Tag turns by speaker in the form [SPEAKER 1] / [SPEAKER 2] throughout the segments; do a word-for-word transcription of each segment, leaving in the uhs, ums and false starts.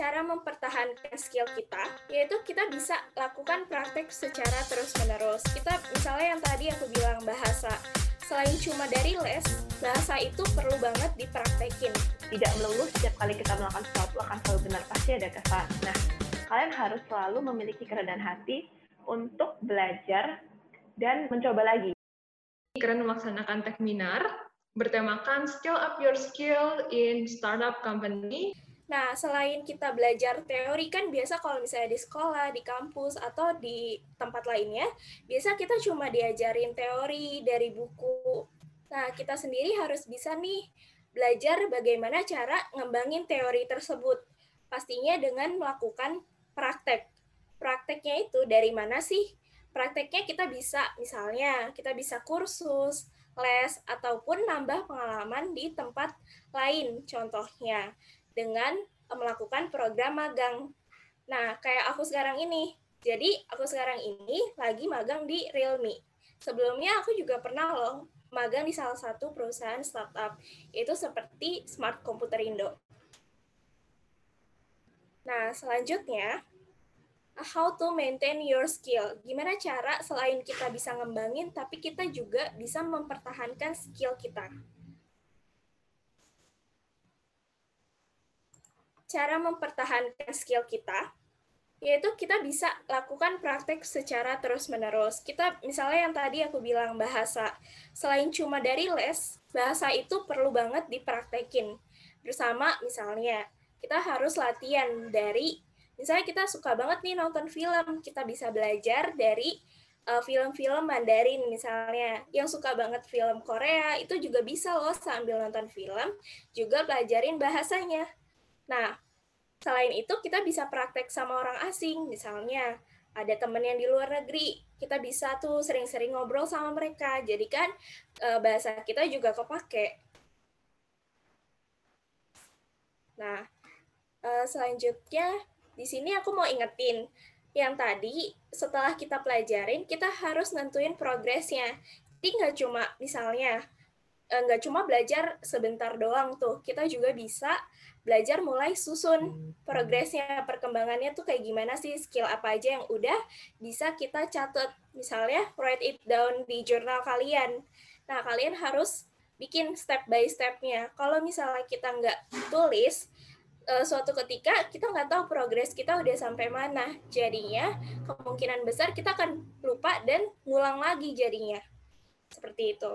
[SPEAKER 1] cara mempertahankan skill kita, yaitu kita bisa lakukan praktek secara terus-menerus. Kita misalnya yang tadi aku bilang bahasa, selain cuma dari les, bahasa itu perlu banget dipraktekin.
[SPEAKER 2] Tidak melulu setiap kali kita melakukan sesuatu akan selalu benar, pasti ada kesalahan. Nah, kalian harus selalu memiliki kerendahan hati untuk belajar dan mencoba lagi.
[SPEAKER 3] Keren melaksanakan Techminar bertemakan Skill Up Your Skill in Startup Company.
[SPEAKER 1] Nah, selain kita belajar teori kan biasa kalau misalnya di sekolah, di kampus, atau di tempat lainnya, biasa kita cuma diajarin teori dari buku. Nah, kita sendiri harus bisa nih belajar bagaimana cara ngembangin teori tersebut. Pastinya dengan melakukan praktek. Prakteknya itu dari mana sih? Prakteknya kita bisa, misalnya kita bisa kursus, les, ataupun nambah pengalaman di tempat lain, contohnya dengan melakukan program magang. Nah, kayak aku sekarang ini. Jadi, aku sekarang ini lagi magang di Realme. Sebelumnya aku juga pernah loh magang di salah satu perusahaan startup, yaitu seperti Smart Computer Indo. Nah, selanjutnya, how to maintain your skill. Gimana cara selain kita bisa ngembangin, tapi kita juga bisa mempertahankan skill kita. Cara mempertahankan skill kita, yaitu kita bisa lakukan praktek secara terus-menerus. Kita misalnya yang tadi aku bilang bahasa, selain cuma dari les, bahasa itu perlu banget dipraktekin. Bersama misalnya, kita harus latihan dari, misalnya kita suka banget nih nonton film, kita bisa belajar dari uh, film-film Mandarin misalnya. Yang suka banget film Korea, itu juga bisa loh sambil nonton film, juga pelajarin bahasanya. Nah, selain itu kita bisa praktek sama orang asing, misalnya ada temen yang di luar negeri, kita bisa tuh sering-sering ngobrol sama mereka, jadi kan e, bahasa kita juga kepake. Nah, e, selanjutnya di sini aku mau ingetin, yang tadi setelah kita pelajarin, kita harus nentuin progresnya. Jadi nggak cuma misalnya, nggak cuma belajar sebentar doang tuh, kita juga bisa belajar mulai susun progresnya, perkembangannya tuh kayak gimana sih, skill apa aja yang udah bisa kita catat. Misalnya write it down di jurnal kalian. Nah, kalian harus bikin step by step-nya. Kalau misalnya kita nggak tulis, suatu ketika kita nggak tahu progres kita udah sampai mana. Jadinya kemungkinan besar kita akan lupa dan ngulang lagi jadinya. Seperti itu.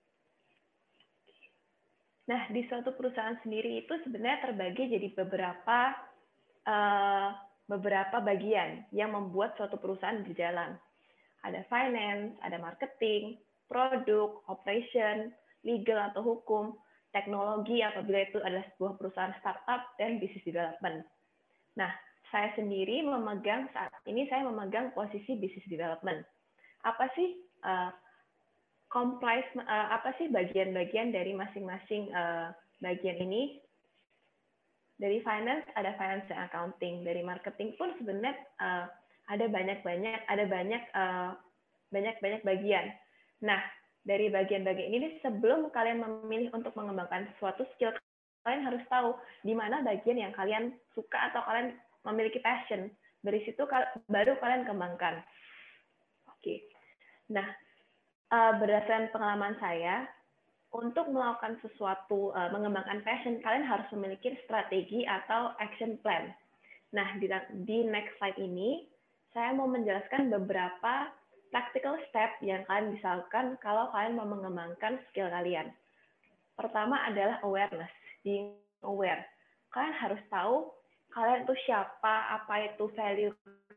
[SPEAKER 2] Nah, di suatu perusahaan sendiri itu sebenarnya terbagi jadi beberapa uh, beberapa bagian yang membuat suatu perusahaan berjalan. Ada finance, ada marketing, produk, operation, legal atau hukum, teknologi apabila itu adalah sebuah perusahaan startup, dan business development. Nah, saya sendiri memegang saat ini saya memegang posisi business development. Apa sih uh, Comprise, uh, apa sih bagian-bagian dari masing-masing uh, bagian ini? Dari finance ada finance dan accounting, dari marketing pun sebenarnya uh, ada banyak-banyak ada banyak uh, banyak-banyak bagian. Nah, dari bagian-bagian ini sebelum kalian memilih untuk mengembangkan suatu skill, kalian harus tahu di mana bagian yang kalian suka atau kalian memiliki passion. Dari situ baru kalian kembangkan. Oke. Nah, Uh, berdasarkan pengalaman saya, untuk melakukan sesuatu, uh, mengembangkan passion, kalian harus memiliki strategi atau action plan. Nah, di, di next slide ini, saya mau menjelaskan beberapa practical step yang kalian bisa lakukan kalau kalian mau mengembangkan skill kalian. Pertama adalah awareness, being aware. Kalian harus tahu kalian itu siapa, apa itu value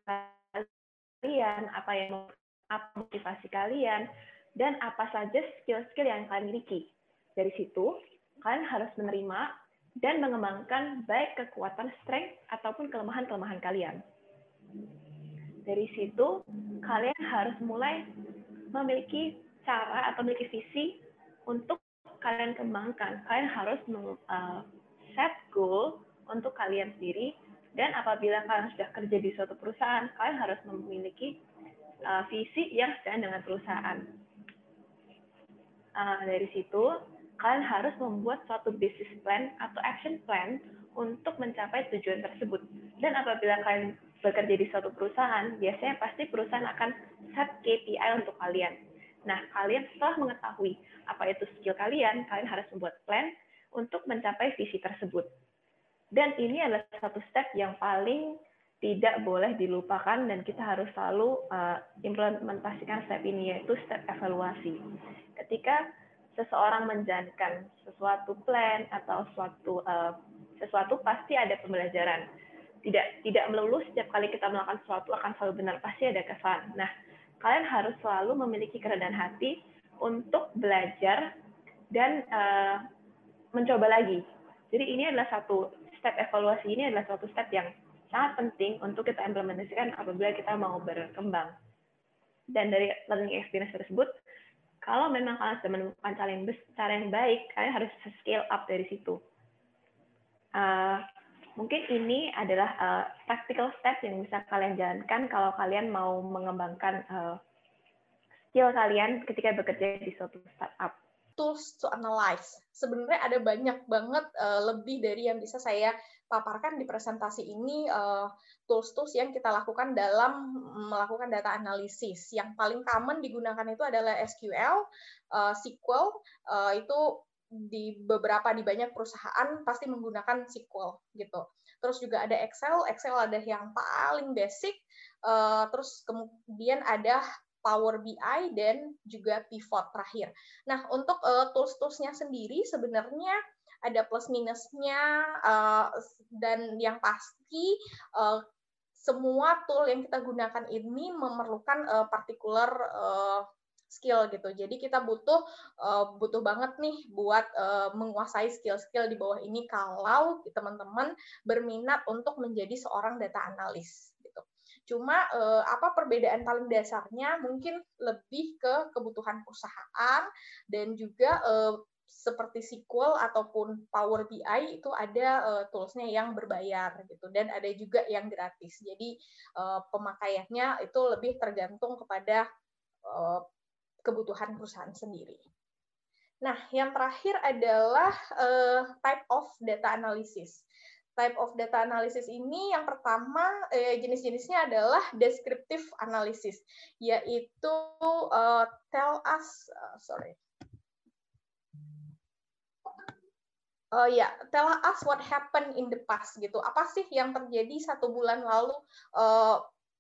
[SPEAKER 2] kalian, apa yang apa motivasi kalian, dan apa saja skill-skill yang kalian miliki. Dari situ, kalian harus menerima dan mengembangkan baik kekuatan strength ataupun kelemahan-kelemahan kalian. Dari situ, kalian harus mulai memiliki cara atau memiliki visi untuk kalian kembangkan. Kalian harus uh, set goal untuk kalian sendiri, dan apabila kalian sudah kerja di suatu perusahaan, kalian harus memiliki uh, visi yang sesuai dengan perusahaan. Uh, dari situ, kalian harus membuat suatu business plan atau action plan untuk mencapai tujuan tersebut. Dan apabila kalian bekerja di suatu perusahaan, biasanya pasti perusahaan akan set K P I untuk kalian. Nah, kalian setelah mengetahui apa itu skill kalian, kalian harus membuat plan untuk mencapai visi tersebut. Dan ini adalah satu step yang paling tidak boleh dilupakan dan kita harus selalu uh, implementasikan step ini, yaitu step evaluasi. Ketika seseorang menjalankan sesuatu plan atau suatu uh, sesuatu pasti ada pembelajaran. Tidak tidak melulu setiap kali kita melakukan sesuatu akan selalu benar, pasti ada kesalahan. Nah, kalian harus selalu memiliki kerendahan hati untuk belajar dan uh, mencoba lagi. Jadi ini adalah satu step evaluasi, ini adalah suatu step yang sangat penting untuk kita implementasikan apabila kita mau berkembang. Dan dari learning experience tersebut, kalau memang kalian sudah menemukan cara yang, cara yang baik, kalian harus scale up dari situ. Uh, mungkin ini adalah uh, practical step yang bisa kalian jalankan kalau kalian mau mengembangkan uh, skill kalian ketika bekerja di suatu startup.
[SPEAKER 1] Tools to analyze. Sebenarnya ada banyak banget uh, lebih dari yang bisa saya paparkan di presentasi ini, uh, tools-tools yang kita lakukan dalam melakukan data analisis. Yang paling common digunakan itu adalah S Q L, uh, S Q L, uh, itu di beberapa di banyak perusahaan pasti menggunakan S Q L gitu. Terus juga ada Excel, Excel ada yang paling basic, uh, terus kemudian ada Power B I dan juga pivot terakhir. Nah, untuk uh, tools-toolsnya sendiri sebenarnya ada plus minusnya uh, dan yang pasti uh, semua tool yang kita gunakan ini memerlukan uh, particular uh, skill gitu. Jadi kita butuh uh, butuh banget nih buat uh, menguasai skill-skill di bawah ini kalau teman-teman berminat untuk menjadi seorang data analis. Cuma eh, apa perbedaan paling dasarnya mungkin lebih ke kebutuhan perusahaan dan juga eh, seperti S Q L ataupun Power B I itu ada eh, toolsnya yang berbayar gitu dan ada juga yang gratis. Jadi eh, pemakaiannya itu lebih tergantung kepada eh, kebutuhan perusahaan sendiri. Nah, yang terakhir adalah eh, type of data analysis. Type of data analysis ini yang pertama eh, jenis-jenisnya adalah descriptive analysis, yaitu uh, tell us, uh, sorry, oh ya, yeah, tell us what happened in the past gitu. Apa sih yang terjadi satu bulan lalu? Uh,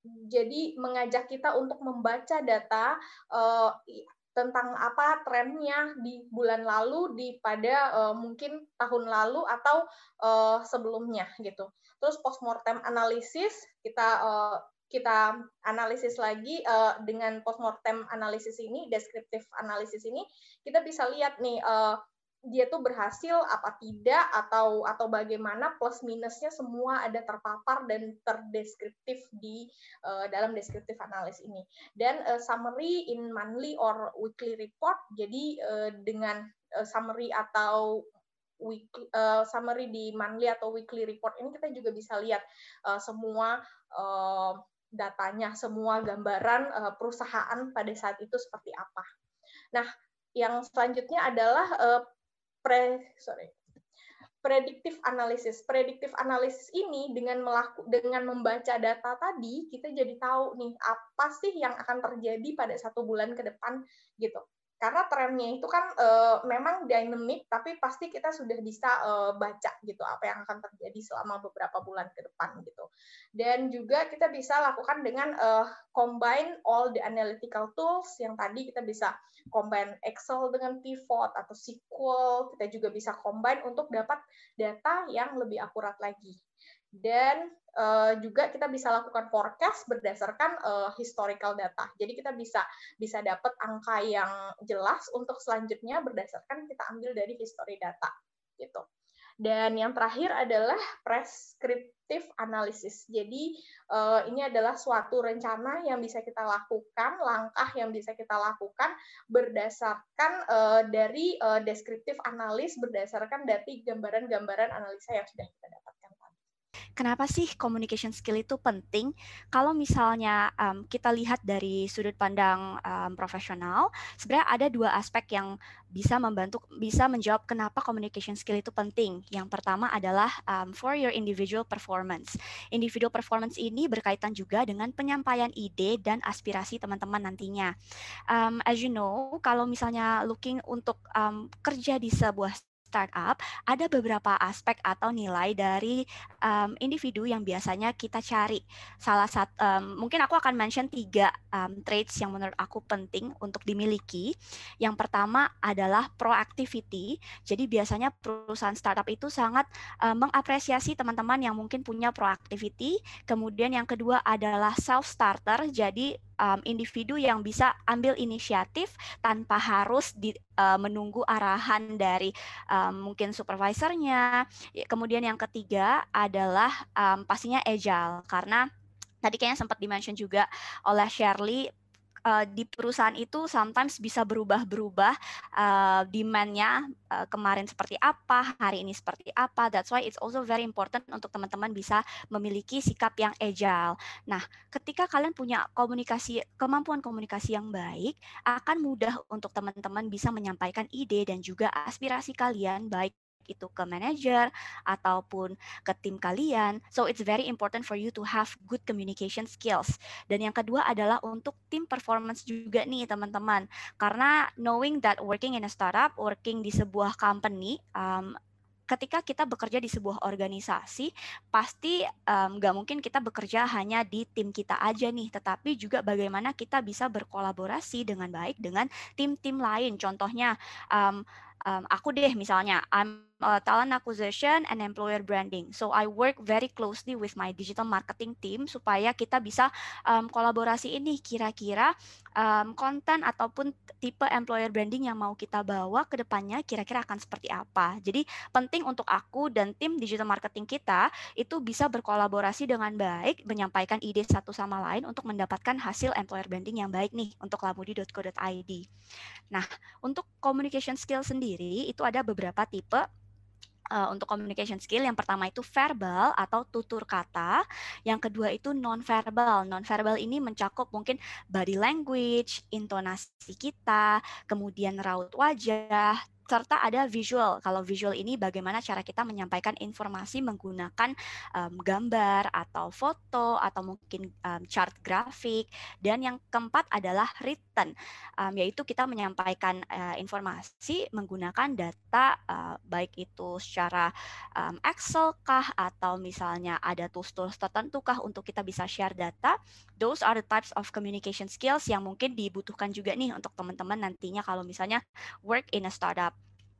[SPEAKER 1] jadi mengajak kita untuk membaca data uh, tentang apa trennya di bulan lalu, di pada uh, mungkin tahun lalu atau uh, sebelumnya gitu. Terus postmortem analysis kita uh, kita analisis lagi uh, dengan postmortem analysis ini, descriptive analysis ini kita bisa lihat nih uh, dia tuh berhasil apa tidak atau atau bagaimana plus minusnya semua ada terpapar dan terdeskriptif di uh, dalam descriptive analysis ini. Dan uh, summary in monthly or weekly report, jadi uh, dengan uh, summary atau weekly uh, summary di monthly atau weekly report ini kita juga bisa lihat uh, semua uh, datanya, semua gambaran uh, perusahaan pada saat itu seperti apa. Nah, yang selanjutnya adalah uh, Pre, sorry, predictive analysis. Predictive analysis ini dengan melaku, dengan membaca data tadi kita jadi tahu nih apa sih yang akan terjadi pada satu bulan ke depan gitu. Karena trennya itu kan e, memang dynamic, tapi pasti kita sudah bisa e, baca gitu apa yang akan terjadi selama beberapa bulan ke depan gitu. Dan juga kita bisa lakukan dengan e, combine all the analytical tools yang tadi kita bisa combine Excel dengan pivot atau S Q L, kita juga bisa combine untuk dapat data yang lebih akurat lagi. Dan uh, juga kita bisa lakukan forecast berdasarkan uh, historical data. Jadi kita bisa bisa dapat angka yang jelas untuk selanjutnya berdasarkan kita ambil dari history data gitu. Dan yang terakhir adalah prescriptive analysis. Jadi uh, ini adalah suatu rencana yang bisa kita lakukan, langkah yang bisa kita lakukan berdasarkan uh, dari uh, descriptive analysis berdasarkan dari gambaran-gambaran analisa yang sudah kita dapatkan tadi.
[SPEAKER 4] kenapa sih communication skill itu penting? Kalau misalnya um, kita lihat dari sudut pandang um, profesional, sebenarnya ada dua aspek yang bisa membantu, bisa menjawab kenapa communication skill itu penting. Yang pertama adalah um, for your individual performance. Individual performance ini berkaitan juga dengan penyampaian ide dan aspirasi teman-teman nantinya. Um, as you know, kalau misalnya looking untuk um, kerja di sebuah startup, ada beberapa aspek atau nilai dari um, individu yang biasanya kita cari. Salah satu, um, mungkin aku akan mention tiga um, traits yang menurut aku penting untuk dimiliki. Yang pertama adalah proactivity. Jadi biasanya perusahaan startup itu sangat um, mengapresiasi teman-teman yang mungkin punya proactivity. Kemudian yang kedua adalah self-starter. Jadi um, individu yang bisa ambil inisiatif tanpa harus di, uh, menunggu arahan dari um, mungkin supervisornya. Kemudian yang ketiga adalah um, pastinya agile, karena tadi kayaknya sempat dimention juga oleh Shirley, Uh, di perusahaan itu sometimes bisa berubah-berubah uh, demand-nya uh, kemarin seperti apa, hari ini seperti apa. That's why it's also very important untuk teman-teman bisa memiliki sikap yang agile. Nah, ketika kalian punya komunikasi, kemampuan komunikasi yang baik, akan mudah untuk teman-teman bisa menyampaikan ide dan juga aspirasi kalian, baik itu ke manajer ataupun ke tim kalian. So it's very important for you to have good communication skills. Dan yang kedua adalah untuk tim performance juga nih teman-teman. Karena knowing that working in a startup, working di sebuah company, um, ketika kita bekerja di sebuah organisasi, pasti nggak um, mungkin kita bekerja hanya di tim kita aja nih, tetapi juga bagaimana kita bisa berkolaborasi dengan baik dengan tim-tim lain. Contohnya, um, um, aku deh misalnya, I'm uh, talent acquisition and employer branding. So I work very closely with my digital marketing team supaya kita bisa um, kolaborasi ini kira-kira um, konten ataupun tipe employer branding yang mau kita bawa ke depannya kira-kira akan seperti apa. Jadi penting untuk aku dan tim digital marketing kita itu bisa berkolaborasi dengan baik, menyampaikan ide satu sama lain untuk mendapatkan hasil employer branding yang baik nih untuk lamudi dot co dot i d. Nah, untuk communication skill sendiri itu ada beberapa tipe. Uh, untuk communication skill, yang pertama itu verbal atau tutur kata, yang kedua itu non-verbal. Non-verbal ini mencakup mungkin body language, intonasi kita, kemudian raut wajah, serta ada visual. Kalau visual ini bagaimana cara kita menyampaikan informasi menggunakan um, gambar atau foto atau mungkin um, chart grafik. Dan yang keempat adalah written, um, yaitu kita menyampaikan uh, informasi menggunakan data, uh, baik itu secara um, Excel kah atau misalnya ada tools-tools tertentu kah untuk kita bisa share data. Those are the types of communication skills yang mungkin dibutuhkan juga nih untuk teman-teman nantinya kalau misalnya work in a startup.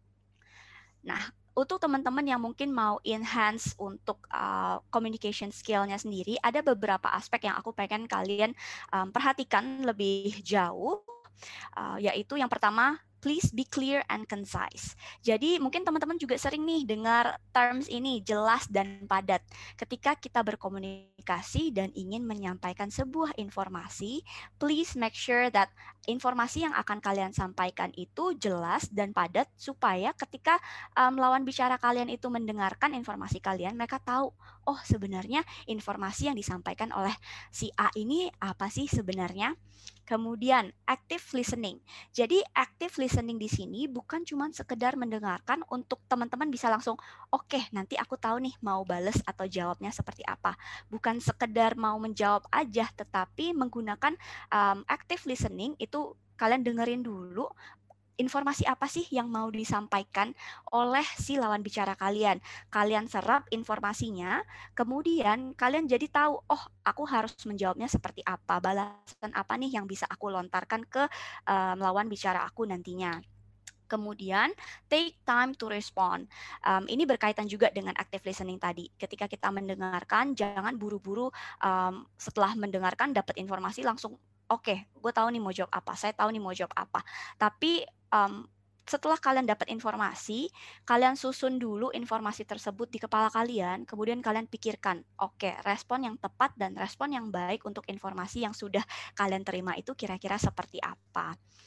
[SPEAKER 4] Nah, untuk teman-teman yang mungkin mau enhance untuk uh, communication skill-nya sendiri, ada beberapa aspek yang aku pengen kalian um, perhatikan lebih jauh, uh, yaitu yang pertama, please be clear and concise. Jadi mungkin teman-teman juga sering nih dengar terms ini, jelas dan padat. Ketika kita berkomunikasi dan ingin menyampaikan sebuah informasi, please make sure that informasi yang akan kalian sampaikan itu jelas dan padat supaya ketika um, lawan bicara kalian itu mendengarkan informasi kalian, mereka tahu, oh sebenarnya informasi yang disampaikan oleh si A ini apa sih sebenarnya. Kemudian active listening. Jadi active listening di sini bukan cuma sekedar mendengarkan untuk teman-teman bisa langsung, oke okay, nanti aku tahu nih mau bales atau jawabnya seperti apa. Bukan sekedar mau menjawab aja, tetapi menggunakan um, active listening itu kalian dengerin dulu informasi apa sih yang mau disampaikan oleh si lawan bicara kalian. Kalian serap informasinya, kemudian kalian jadi tahu, oh aku harus menjawabnya seperti apa, balasan apa nih yang bisa aku lontarkan ke um, lawan bicara aku nantinya. Kemudian, take time to respond. Um, ini berkaitan juga dengan active listening tadi. Ketika kita mendengarkan, jangan buru-buru um, setelah mendengarkan dapat informasi langsung, oke, okay, gue tahu nih mau jawab apa, saya tahu nih mau jawab apa. Tapi um, setelah kalian dapat informasi, kalian susun dulu informasi tersebut di kepala kalian, kemudian kalian pikirkan, oke, okay, respon yang tepat dan respon yang baik untuk informasi yang sudah kalian terima itu kira-kira seperti apa.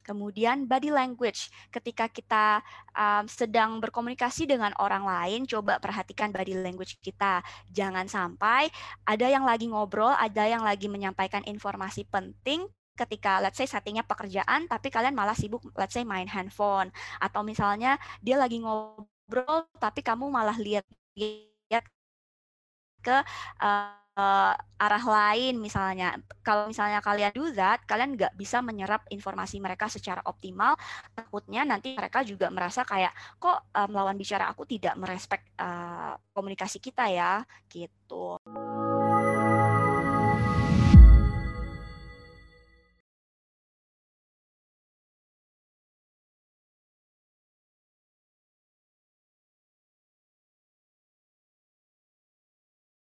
[SPEAKER 4] Kemudian body language, ketika kita um, sedang berkomunikasi dengan orang lain, coba perhatikan body language kita. Jangan sampai ada yang lagi ngobrol, ada yang lagi menyampaikan informasi penting, ketika let's say settingnya pekerjaan, tapi kalian malah sibuk let's say main handphone. Atau misalnya dia lagi ngobrol, tapi kamu malah lihat-lihat ke uh, Uh, arah lain misalnya. Kalau misalnya kalian do that, kalian nggak bisa menyerap informasi mereka secara optimal. Takutnya nanti mereka juga merasa kayak, kok um, lawan bicara aku tidak merespek uh, komunikasi kita ya, gitu.